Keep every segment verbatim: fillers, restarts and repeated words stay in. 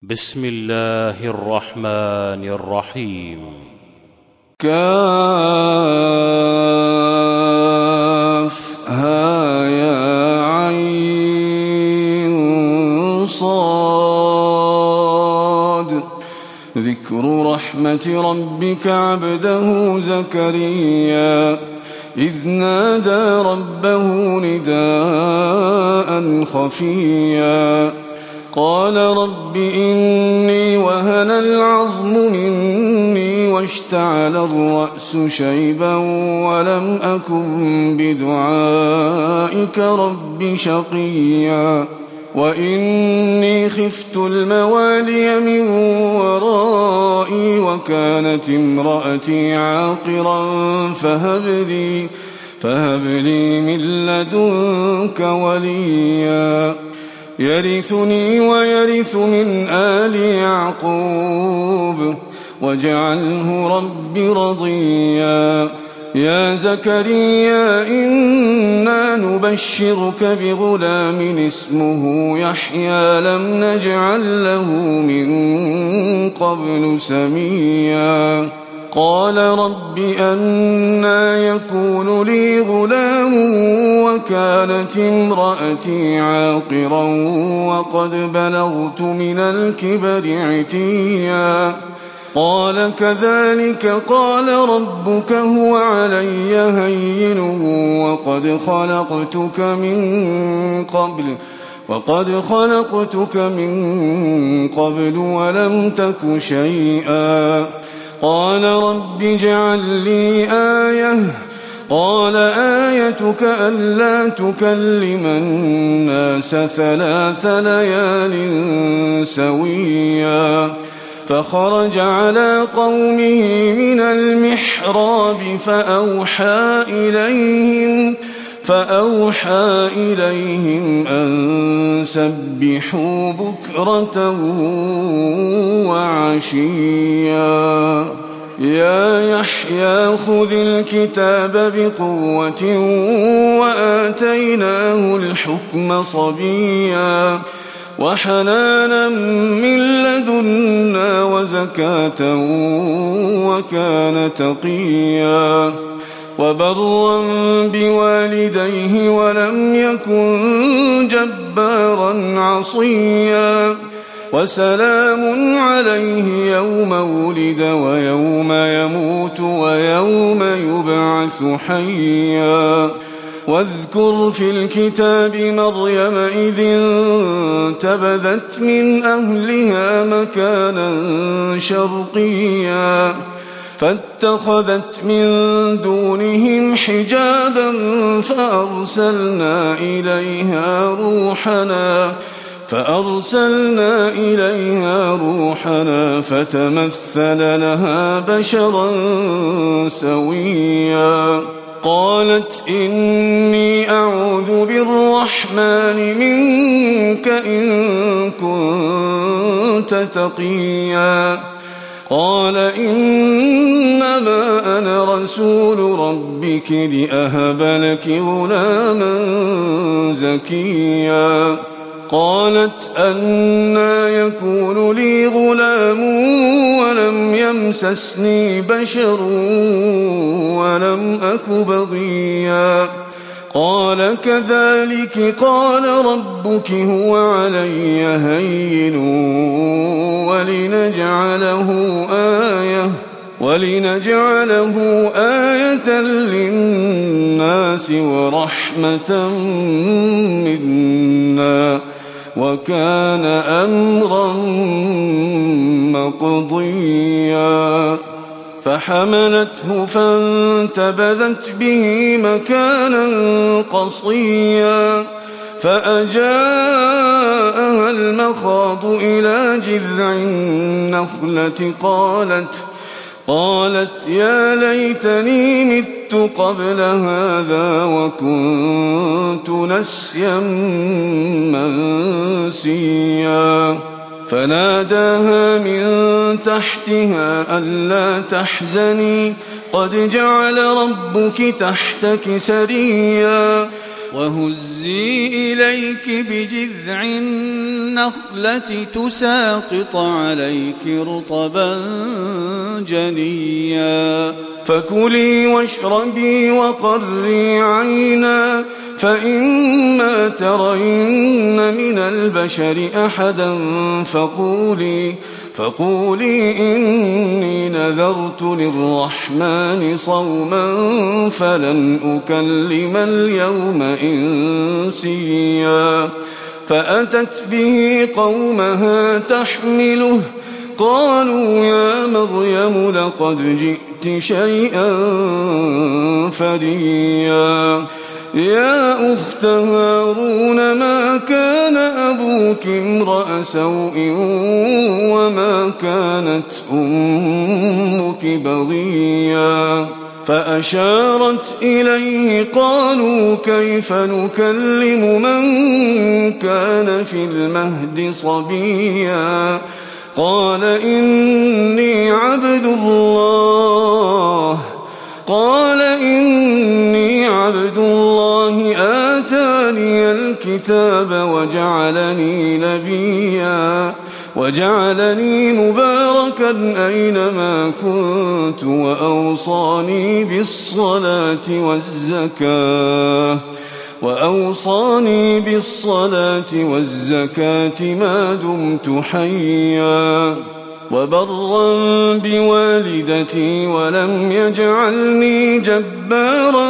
بسم الله الرحمن الرحيم. كافها يا عين صاد ذكر رحمة ربك عبده زكريا إذ نادى ربه نداء خفيا قال رب إني وهن العظم مني واشتعل الرأس شيبا ولم أكن بدعائك رب شقيا وإني خفت الموالي من ورائي وكانت امرأتي عاقرا فهب لي, فهب لي من لدنك وليا يرثني ويرث من آل يعقوب واجعله رب رضيا يا زكريا إنا نبشرك بغلام اسمه يحيى لم نجعل له من قبل سميا قال رب أنى يكون لي غلام وكانت امرأتي عاقرا وقد بلغت من الكبر عتيا قال كذلك قال ربك هو علي هين وقد خلقتك من قبل وقد خلقتك من قبل ولم تك شيئا قال رب اجعل لي آية قال آيتك ألا تكلم الناس ثلاث ليال سويا فخرج على قومه من المحراب فأوحى إليهم فأوحى إليهم أن سبحوا بكرة وعشيا يا يحيى خذ الكتاب بقوة وآتيناه الحكم صبيا وحنانا من لدنا وزكاة وكان تقيا وبرا بوالديه ولم يكن جبارا عصيا وسلام عليه يوم ولد ويوم يموت ويوم يبعث حيا واذكر في الكتاب مريم إذ انتبذت من أهلها مكانا شرقيا فاتخذت من دونهم حجابا فأرسلنا إليها روحنا فأرسلنا إليها روحنا فتمثل لها بشرا سويا قالت إني أعوذ بالرحمن منك إن كنت تقيا قال إنما أنا رسول ربك لأهب لك غلاما زكيا قالت أنى يكون لي غلام ولم يمسسني بشر ولم أك بغيا قال كذلك قال ربك هو علي هين ولنجعله آية ولنجعله آية للناس ورحمة منا وكان أمرا مقضيا فحملته فانتبذت به مكانا قصيا فأجاءها المخاض إلى جذع النخلة قالت قالت يا ليتني مت قبل هذا وكنت نسيا منسيا فناداها من تحتها ألا تحزني قد جعل ربك تحتك سريا وهزي إليك بجذع النخلة تساقط عليك رطبا جنيا فكلي واشربي وقري عينا فإما ترين من البشر أحدا فقولي فقولي إني نذرت للرحمن صوما فلن أكلم اليوم إنسيا فأتت به قومها تحمله قالوا يا مريم لقد جئت شيئا فريا يا أخت هارون ما كان أبوك امرأ سوء وما كانت أمك بغيا فأشارت إليه قالوا كيف نكلم من كان في المهد صبيا قال إني عبد الله قال إني عبد الله آتاني الكتاب وجعلني نبيا وجعلني مباركا أينما كنت وأوصاني بالصلاة والزكاة وأوصاني بالصلاة والزكاة ما دمت حيا وبرا بوالدتي ولم يجعلني جبارا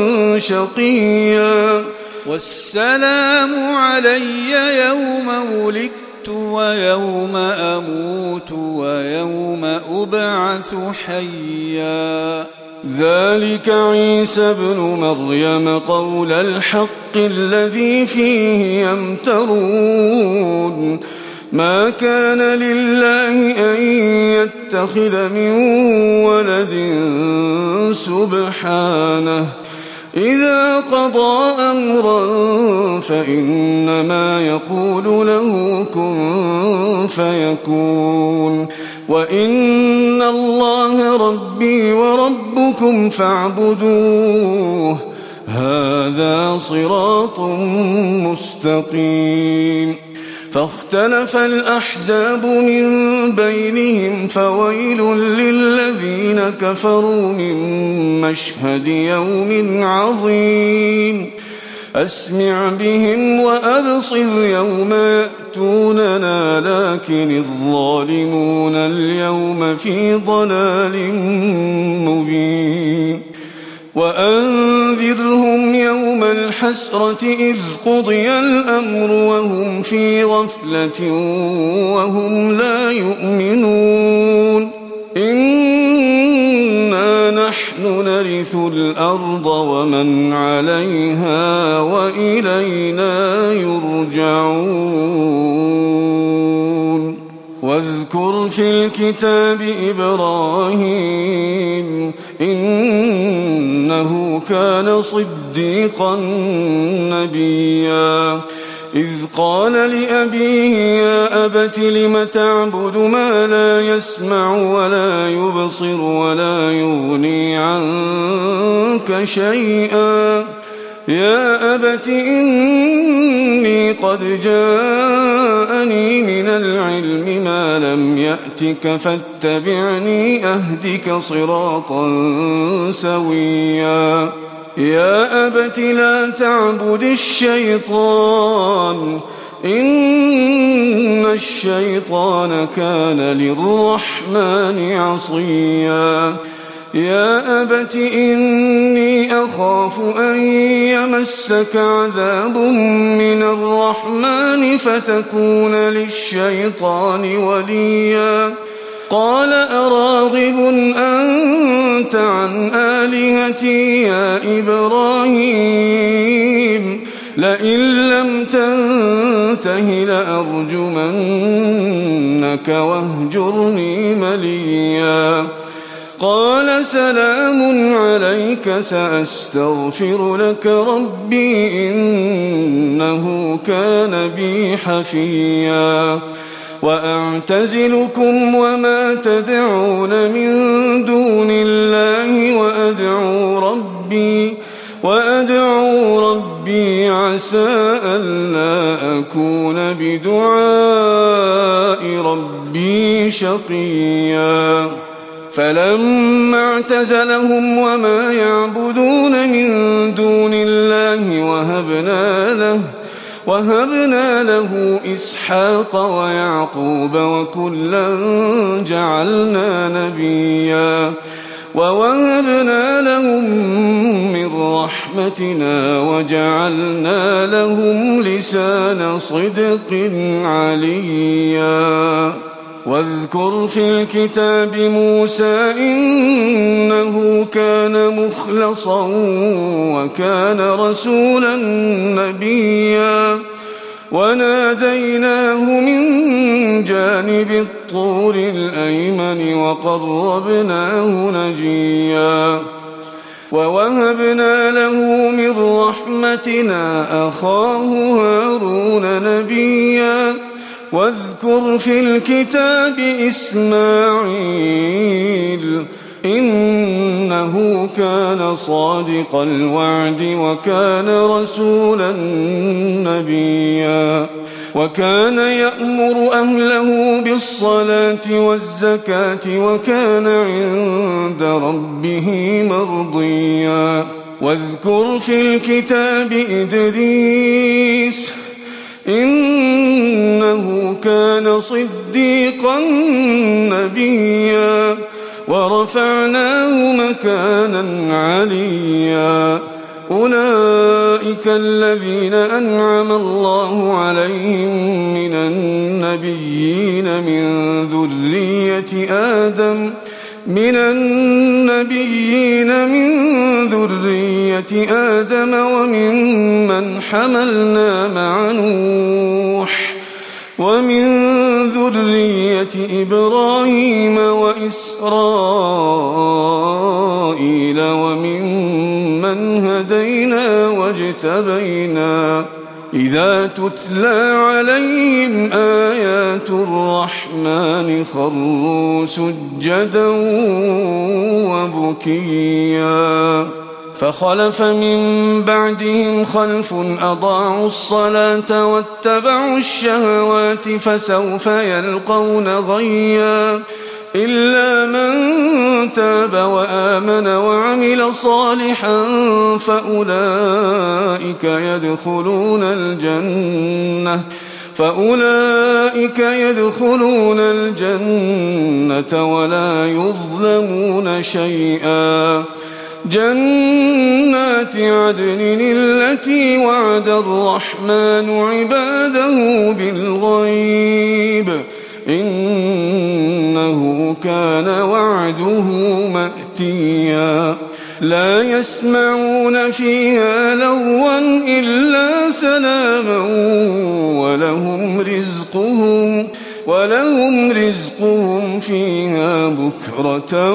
شقيا والسلام علي يوم ولدت ويوم أموت ويوم أبعث حيا ذلك عيسى ابن مريم قول الحق الذي فيه يمترون ما كان لله أن يتخذ من ولد سبحانه إذا قضى أمرا فإنما يقول له كن فيكون وإن الله ربي وربكم فاعبدوه هذا صراط مستقيم فاختلف الأحزاب من بينهم فويل للذين كفروا من مشهد يوم عظيم أسمع بهم وأبصر يوم يأتوننا لكن الظالمون اليوم في ضلال مبين وأنذرهم يوم الحسرة إذ قضي الأمر وهم في غفلة وهم لا يؤمنون إنا نحن نرث الأرض ومن عليها وإلينا يرجعون واذكر في الكتاب إبراهيم إنه كان صديقا نبيا إذ قال لأبيه يا أبت لم تعبد ما لا يسمع ولا يبصر ولا يغني عنك شيئا يا أبت إني قد جاءني من العلم ما لم يأتك فاتبعني أهدك صراطا سويا يا أبت لا تعبد الشيطان إن الشيطان كان للرحمن عصيا يا أبت إني أخاف أن يمسك عذاب من الرحمن فتكون للشيطان وليا قال أراغب أنت عن آلهتي يا إبراهيم لئن لم تنته لأرجمنك واهجرني مليا قال سلام عليك سأستغفر لك ربي إنه كان بي حفيا وأعتزلكم وما تدعون من دون الله وأدعو ربي وأدعو ربي ربي عسى ألا أكون بدعاء ربي شقيا فلما اعتزلهم وما يعبدون من دون الله وهبنا له وهبنا له إسحاق ويعقوب وكلا جعلنا نبيا ووهبنا لهم من رحمتنا وجعلنا لهم لسان صدق عليا واذكر في الكتاب موسى إنه كان مخلصا وكان رسولا نبيا وناديناه من جانب الطور الأيمن وقربناه نجيا ووهبنا له من رحمتنا أخاه هارون نبيا واذكر في الكتاب إسماعيل إنه كان صادق الوعد وكان رسولا نبيا وكان يأمر أهله بالصلاة والزكاة وكان عند ربه مرضيا واذكر في الكتاب إدريس إنه كان صديقا نبيا ورفعناه مكانا عليا أولئك الذين أنعم الله عليهم من النبيين من ذرية آدم من النبيين من ذرية آدم وممن حملنا مع نوح ومن ذرية إبراهيم وإسرائيل وممن هدينا واجتبينا إذا تتلى عليهم آيات الرحمن خروا سجدا وبكيا فخلف من بعدهم خلف أضاعوا الصلاة واتبعوا الشهوات فسوف يلقون غيا إلا من تاب وآمن وعمل صالحا فأولئك يدخلون الجنة فأولئك يدخلون الجنة ولا يظلمون شيئا جنات عدن التي وعد الرحمن عباده بالغيب إنه كان وعده مأتيا لا يسمعون فيها لغوا إلا سلاما ولهم رزقهم ولهم رزقهم فيها بكرة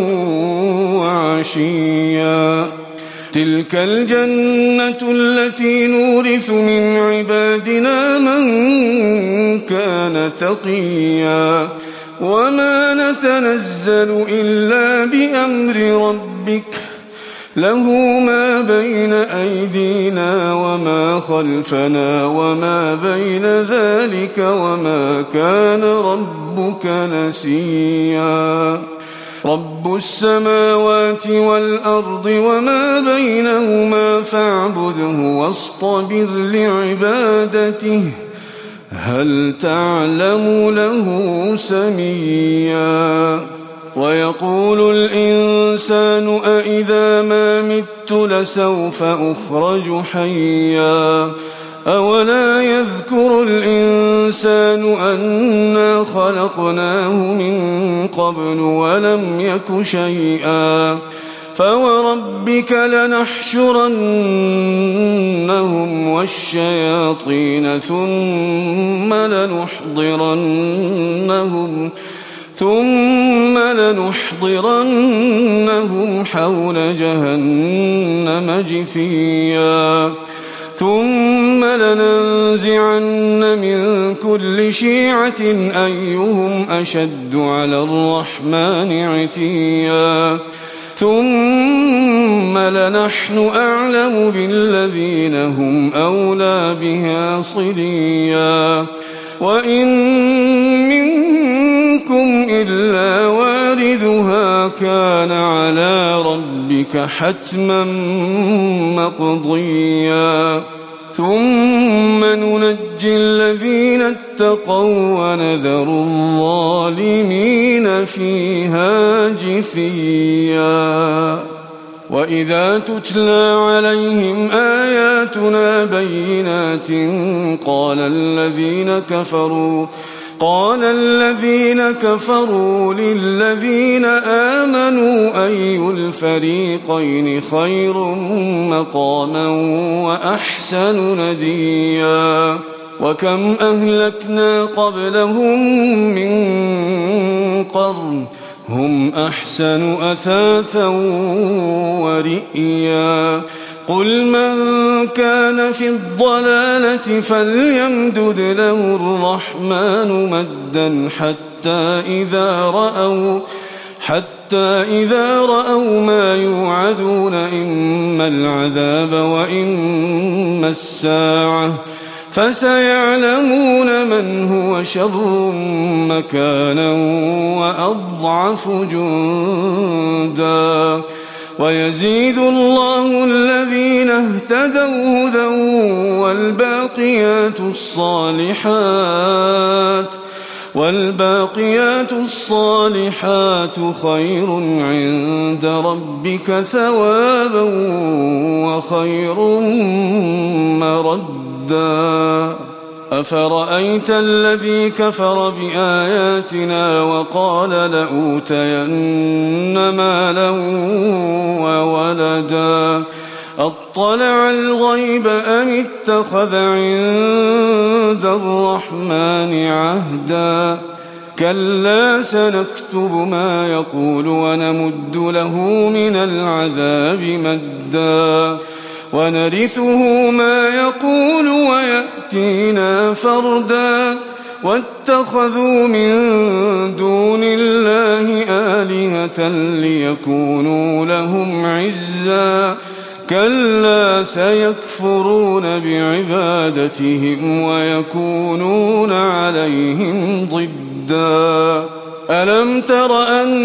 وعشيا تلك الجنة التي نورث من عبادنا من كان تقيا وما نتنزل إلا بأمر ربك له ما بين أيدينا وما خلفنا وما بين ذلك وما كان ربك نسيا رب السماوات والأرض وما بينهما فاعبده واصطبر لعبادته هل تعلم له سميا ويقول الإنسان أإذا ما مت لسوف أخرج حيا أولا يذكر الإنسان أنا خلقناه من قبل ولم يك شيئا فوربك لنحشرنهم والشياطين ثم لنحضرنهم ثم لنحضرنهم حول جهنم جثيا ثم لننزعن من كل شيعة أيهم أشد على الرحمن عتيا ثم لنحن أعلم بالذين هم أولى بها صليا وإن منكم إلا واردها كان على ربك حتما مقضيا ثم ننجي الذين اتقوا ونذر الظالمين فيها جثيا وإذا تتلى عليهم آياتنا بينات قال الذين كفروا قال الذين كفروا للذين آمنوا أي الفريقين خير مقاما وأحسن نديا وكم أهلكنا قبلهم من قرن هم أحسن أثاثا ورئيا قل من كان في الضلالة فليمدد له الرحمن مدا حتى إذا رأوا حتى إذا رأوا ما يوعدون إما العذاب وإما الساعة فسيعلمون من هو شر مكانا وأضعف جندا ويزيد الله الذين اهتدوا هدى والباقيات الصالحات والباقيات الصالحات خير عند ربك ثوابا وخير مردا أفرأيت الذي كفر بآياتنا وقال لأوتين مالا وولدا أطلع الغيب أم اتخذ عند الرحمن عهدا كلا سنكتب ما يقول ونمد له من العذاب مدا ونرثه ما يقول ويأتينا فردا واتخذوا من دون الله آلهة ليكونوا لهم عزا كلا سيكفرون بعبادتهم ويكونون عليهم ضدا ألم تر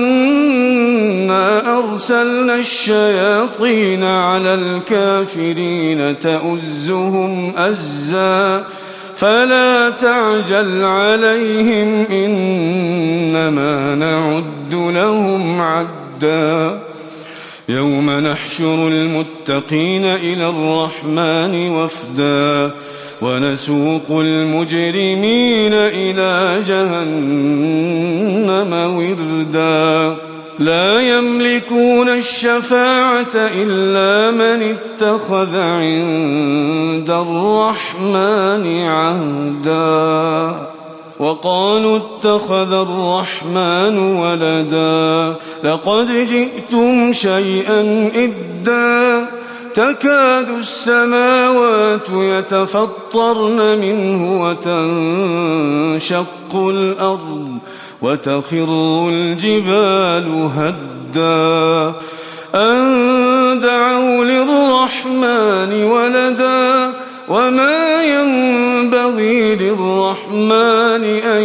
أنا أرسلنا الشياطين على الكافرين تؤزهم أزا فلا تعجل عليهم إنما نعد لهم عدا يوم نحشر المتقين إلى الرحمن وفدا ونسوق المجرمين إلى جهنم وردا لا يملكون الشفاعة إلا من اتخذ عند الرحمن عهدا وقالوا اتخذ الرحمن ولدا لقد جئتم شيئا إدا تكاد السماوات يتفطرن منه وتنشق الأرض وتخر الجبال هدا أن دعوا للرحمن ولدا وما ينبغي للرحمن أن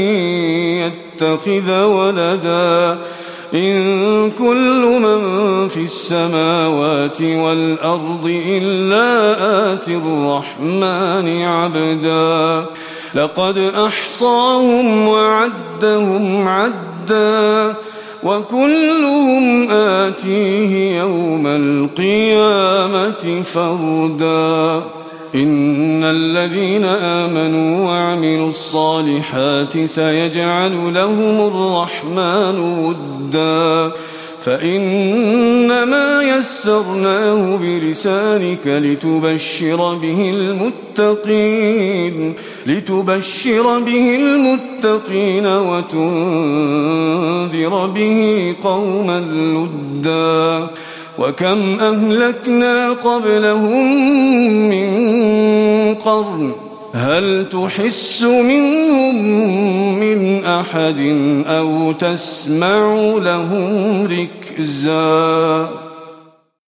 يتخذ ولدا إن كل من في السماوات والأرض إلا آتي الرحمن عبدا لقد أحصاهم وعدهم عدا وكلهم آتيه يوم القيامة فردا إن الذين آمنوا وعملوا الصالحات سيجعل لهم الرحمن ودا فإنما يسرناه بلسانك لتبشر به المتقين لتبشر به المتقين وتنذر به قوما لدا وكم أهلكنا قبلهم من قرن هل تحس منهم من أحد أو تسمع لهم ركزا